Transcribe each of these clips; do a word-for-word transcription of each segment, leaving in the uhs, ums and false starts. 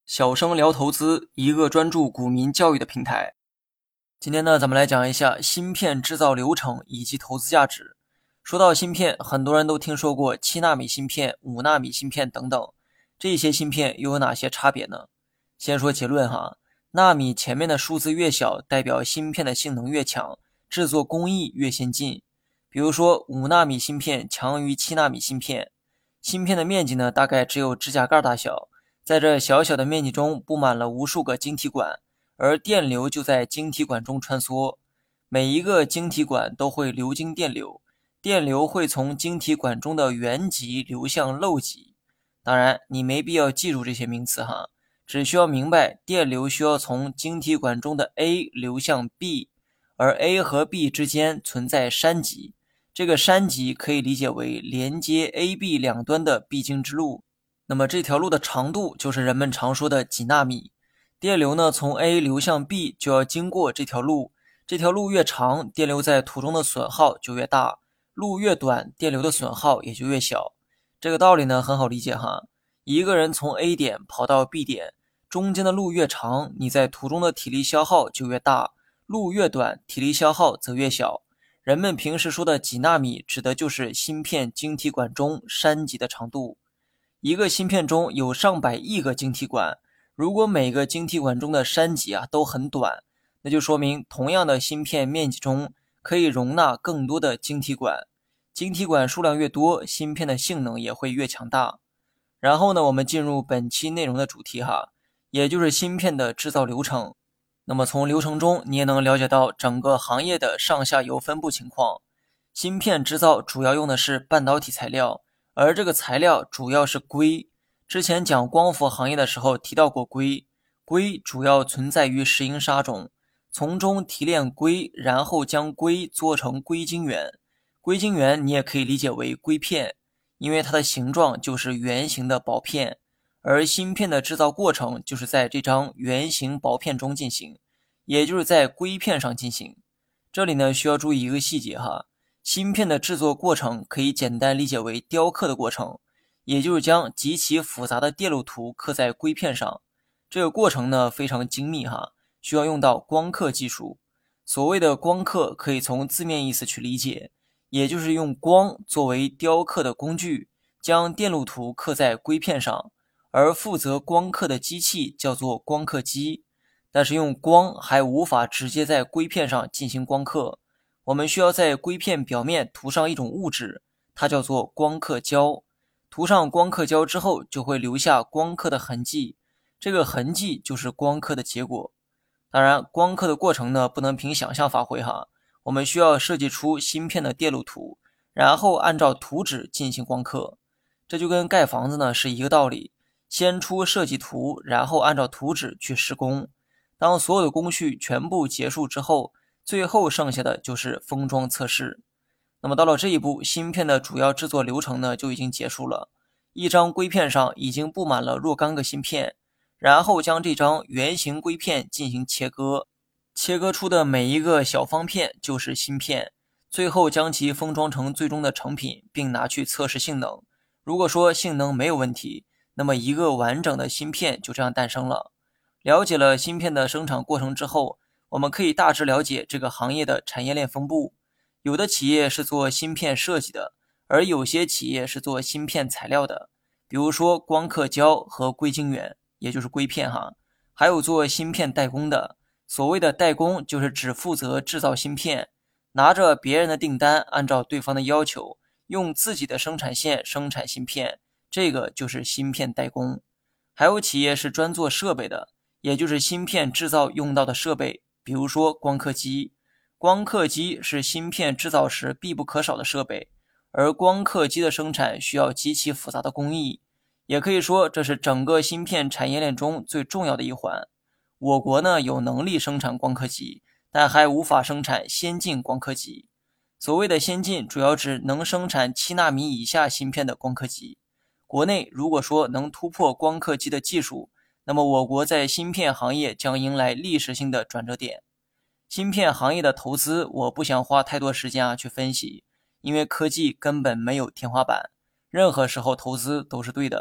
小生聊投资，一个专注股民教育的平台。今天呢，咱们来讲一下芯片制造流程以及投资价值。说到芯片，很多人都听说过七纳米芯片、五纳米芯片等等，这些芯片又有哪些差别呢？先说结论哈，纳米前面的数字越小，代表芯片的性能越强，制作工艺越先进。比如说五纳米芯片强于七纳米芯片，芯片的面积呢，大概只有指甲盖大小。在这小小的面积中布满了无数个晶体管，而电流就在晶体管中穿梭。每一个晶体管都会流经电流，电流会从晶体管中的原极流向漏极。当然，你没必要记住这些名词哈，只需要明白电流需要从晶体管中的 A 流向 B， 而 A 和 B 之间存在山极。这个山极可以理解为连接 A、B 两端的必经之路。那么这条路的长度就是人们常说的几纳米。电流呢从 A 流向 B 就要经过这条路，这条路越长，电流在途中的损耗就越大，路越短，电流的损耗也就越小。这个道理呢很好理解哈，一个人从 A 点跑到 B 点，中间的路越长，你在途中的体力消耗就越大，路越短，体力消耗则越小。人们平时说的几纳米指的就是芯片晶体管中山极的长度。一个芯片中有上百亿个晶体管，如果每个晶体管中的山极啊都很短，那就说明同样的芯片面积中可以容纳更多的晶体管，晶体管数量越多，芯片的性能也会越强大。然后呢，我们进入本期内容的主题哈，也就是芯片的制造流程。那么从流程中你也能了解到整个行业的上下游分布情况。芯片制造主要用的是半导体材料，而这个材料主要是硅。之前讲光伏行业的时候提到过硅，硅主要存在于石英砂中，从中提炼硅，然后将硅做成硅晶圆。硅晶圆你也可以理解为硅片，因为它的形状就是圆形的薄片，而芯片的制造过程就是在这张圆形薄片中进行，也就是在硅片上进行。这里呢需要注意一个细节哈，芯片的制作过程可以简单理解为雕刻的过程，也就是将极其复杂的电路图刻在硅片上。这个过程呢非常精密哈，需要用到光刻技术。所谓的光刻可以从字面意思去理解，也就是用光作为雕刻的工具，将电路图刻在硅片上，而负责光刻的机器叫做光刻机。但是用光还无法直接在硅片上进行光刻，我们需要在硅片表面涂上一种物质，它叫做光刻胶。涂上光刻胶之后，就会留下光刻的痕迹，这个痕迹就是光刻的结果。当然，光刻的过程呢，不能凭想象发挥哈，我们需要设计出芯片的电路图，然后按照图纸进行光刻。这就跟盖房子呢是一个道理，先出设计图，然后按照图纸去施工。当所有的工序全部结束之后，最后剩下的就是封装测试。那么到了这一步，芯片的主要制作流程呢就已经结束了。一张硅片上已经布满了若干个芯片，然后将这张圆形硅片进行切割，切割出的每一个小方片就是芯片，最后将其封装成最终的成品，并拿去测试性能。如果说性能没有问题，那么一个完整的芯片就这样诞生了。了解了芯片的生产过程之后，我们可以大致了解这个行业的产业链分布。有的企业是做芯片设计的，而有些企业是做芯片材料的，比如说光刻胶和硅晶圆，也就是硅片哈。还有做芯片代工的，所谓的代工就是只负责制造芯片，拿着别人的订单，按照对方的要求，用自己的生产线生产芯片，这个就是芯片代工。还有企业是专做设备的，也就是芯片制造用到的设备，比如说光刻机。光刻机是芯片制造时必不可少的设备，而光刻机的生产需要极其复杂的工艺，也可以说这是整个芯片产业链中最重要的一环。我国呢有能力生产光刻机，但还无法生产先进光刻机。所谓的先进，主要指能生产七纳米以下芯片的光刻机。国内如果说能突破光刻机的技术，那么我国在芯片行业将迎来历史性的转折点。芯片行业的投资，我不想花太多时间啊去分析，因为科技根本没有天花板，任何时候投资都是对的，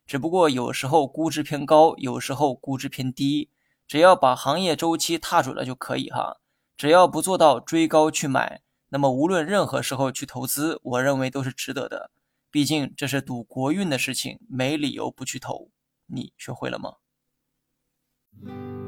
只不过有时候估值偏高，有时候估值偏低，只要把行业周期踏准了就可以哈。只要不做到追高去买，那么无论任何时候去投资，我认为都是值得的。毕竟这是赌国运的事情，没理由不去投。你学会了吗？